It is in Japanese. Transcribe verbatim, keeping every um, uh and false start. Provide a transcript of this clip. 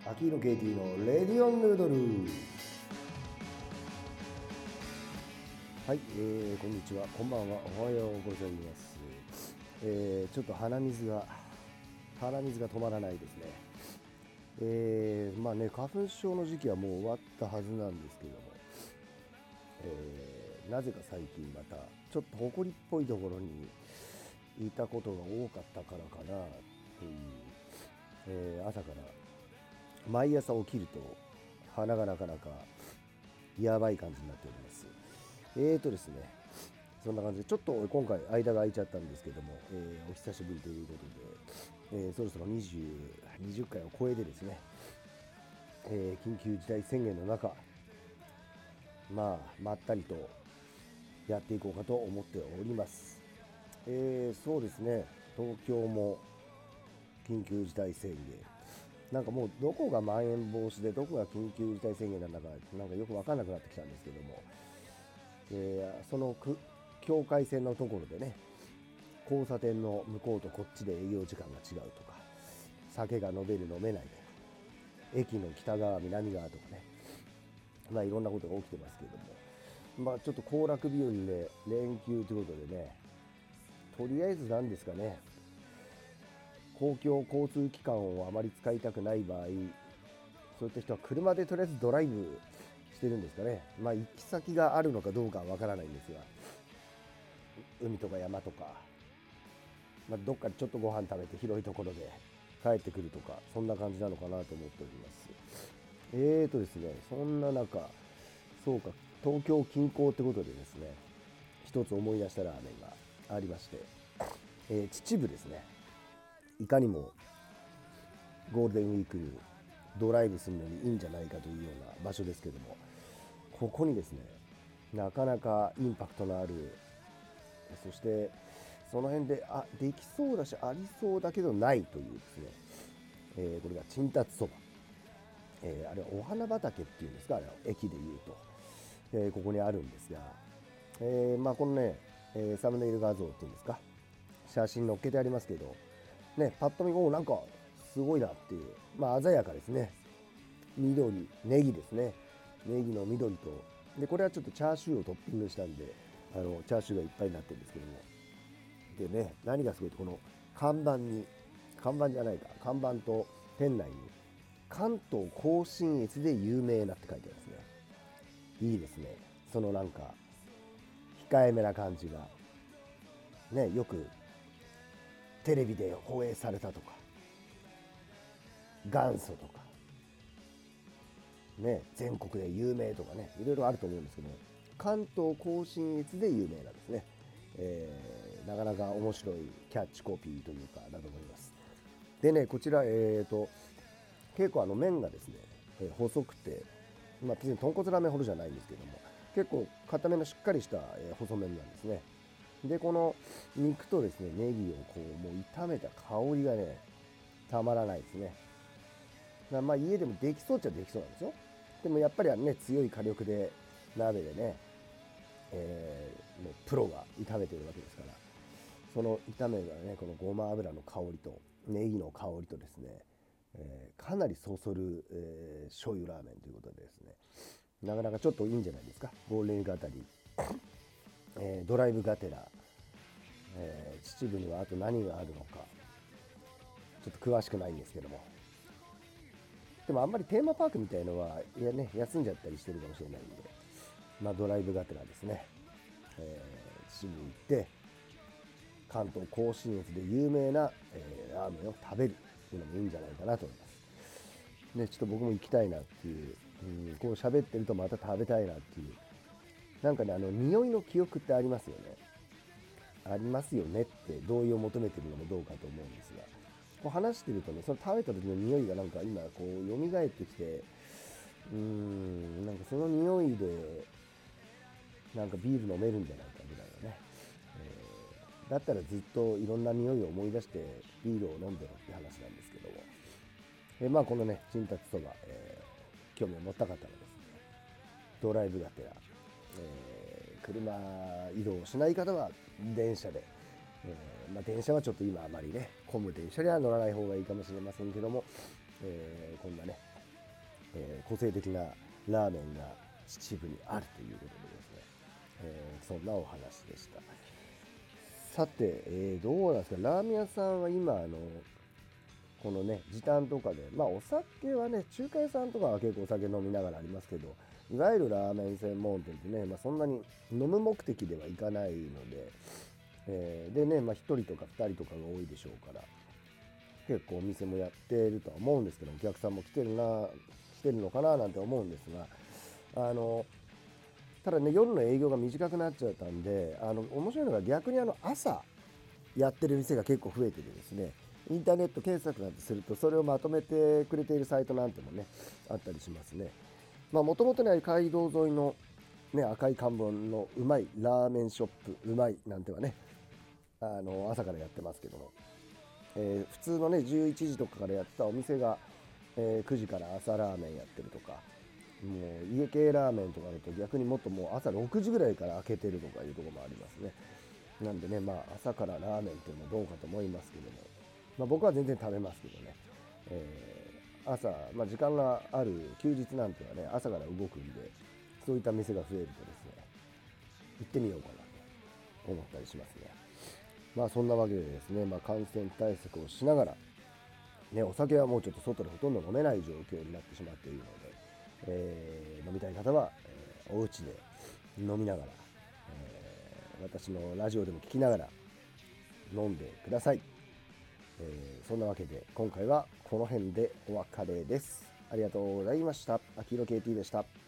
秋野 ケーティー のレディオンヌードル。はい、えー、こんにちは、こんばんは、おはようございます。えー、ちょっと鼻水が鼻水が止まらないですね。えー、まあね、花粉症の時期はもう終わったはずなんですけども、えー、なぜか最近またちょっと埃っぽいところにいたことが多かったからかなという、えー、朝から毎朝起きると鼻がなかなかやばい感じになっております。えーとですねそんな感じでちょっと今回間が空いちゃったんですけども、えー、お久しぶりということで、えー、そろそろにじゅう、にじゅっかいを超えてですね、えー、緊急事態宣言の中、まあまったりとやっていこうかと思っております。えー、そうですね、東京も緊急事態宣言、なんかもうどこがまん延防止でどこが緊急事態宣言なんだかなんかよく分からなくなってきたんですけども、えー、その境界線のところでね、交差点の向こうとこっちで営業時間が違うとか、酒が飲める飲めないとか、駅の北側南側とかね、まあいろんなことが起きてますけども、まあちょっと行楽日和で連休ということでね、とりあえずなんですかね、公共交通機関をあまり使いたくない場合、そういった人は車でとりあえずドライブしてるんですかね。まあ行き先があるのかどうかはわからないんですが、海とか山とか、まあ、どっかでちょっとご飯食べて広いところで帰ってくるとか、そんな感じなのかなと思っております。えーとですねそんな中、そうか、東京近郊ってことでですね、一つ思い出したラーメンがありまして、えー、秩父ですね。いかにもゴールデンウィークにドライブするのにいいんじゃないかというような場所ですけども、ここにですね、なかなかインパクトのある、そしてその辺であできそうだしありそうだけどないというですね、えー、これが陳達そば、えー、あれはお花畑っていうんですか、あれは駅でいうと、えー、ここにあるんですが、えー、まあこのね、えー、サムネイル画像っていうんですか、写真載っけてありますけどね、パッと見おなんかすごいなっていう、まあ鮮やかですね。緑、ネギですね。ネギの緑と、でこれはちょっとチャーシューをトッピングしたんで、あのチャーシューがいっぱいになってるんですけども、でね、何がすごいって、この看板に、看板じゃないか、看板と店内に関東甲信越で有名なって書いてありますね。いいですね。そのなんか控えめな感じがね、よくテレビで放映されたとか、元祖とかね、全国で有名とかね、いろいろあると思うんですけども、関東甲信越で有名なんですね。えー、なかなか面白いキャッチコピーというかだと思います。でね、こちら、えーと結構あの麺がですね、えー細くて、まあ、別に豚骨ラーメンほどじゃないんですけども、結構固めのしっかりした、えー細麺なんですね。でこの肉とですね、ネギをこうもう炒めた香りがね、たまらないですね。まあ家でもできそうっちゃできそうなんですよ。でもやっぱりはね、強い火力で鍋でね、えー、もうプロが炒めてるわけですから、その炒めがね、このごま油の香りとネギの香りとですね、えー、かなりそそる、えー、醤油ラーメンということでですね、なかなかちょっといいんじゃないですか。ゴールデンウィークあたり、えー、ドライブがてら、えー、秩父にはあと何があるのかちょっと詳しくないんですけども、でもあんまりテーマパークみたいのはいや、ね、休んじゃったりしてるかもしれないんで、まあ、ドライブがてらですね、えー、秩父に行って関東甲信越で有名な、えー、ラーメンを食べるっていうのもいいんじゃないかなと思います。ね、ちょっと僕も行きたいなっていう、うん、こう喋ってるとまた食べたいなっていう、なんかね、あの匂いの記憶ってありますよね。ありますよねって同意を求めてるのもどうかと思うんですが、こう話してるとね、その食べた時の匂いがなんか今こう蘇ってきて、うーん、なんかその匂いでなんかビール飲めるんじゃないかぐらいのね、えー、だったらずっといろんな匂いを思い出してビールを飲んでろって話なんですけども、えー、まあこのね、陳達そば、えー、興味を持った方はですね、ドライブがてら、えー、車移動しない方は電車で、えーまあ、電車はちょっと今あまりね、混む電車には乗らない方がいいかもしれませんけども、えー、こんなね、 えー、個性的なラーメンが秩父にあるということでですね、えー、そんなお話でした。さて、えー、どうなんですか、ラーメン屋さんは今あのこのね時短とかで、まあお酒はね、中華屋さんとかは結構お酒飲みながらありますけど、いわゆるラーメン専門店ってね、まあ、そんなに飲む目的ではいかないので、えー、でね、まあ、ひとりとかふたりとかが多いでしょうから、結構お店もやってるとは思うんですけど、お客さんも来てるな来てるのかななんて思うんですが、あのただね、夜の営業が短くなっちゃったんで、あの面白いのが逆にあの朝やってる店が結構増えててですね、インターネット検索なんてするとそれをまとめてくれているサイトなんてもねあったりしますね。まあもともとね街道沿いの、ね、赤い看板のうまいラーメンショップうまいなんてはね、あの朝からやってますけども、えー、普通のねじゅういちじとかからやってたお店が、えー、くじから朝ラーメンやってるとか、もう家系ラーメンとかだと逆にもっともう朝ろくじぐらいから開けてるとかいうところもありますね。なんでね、まあ朝からラーメンっていうのもどうかと思いますけども、まあ、僕は全然食べますけどね、えー、朝、まあ、時間がある休日なんてはね朝から動くんで、そういった店が増えるとですね、行ってみようかなと思ったりしますね。まあそんなわけでですね、まあ、感染対策をしながら、ね、お酒はもうちょっと外でほとんど飲めない状況になってしまっているので、えー飲みたい方は、えーお家で飲みながら、えー私のラジオでも聞きながら飲んでください。えーそんなわけで今回はこの辺でお別れです。ありがとうございました。あきひろ ケーティー でした。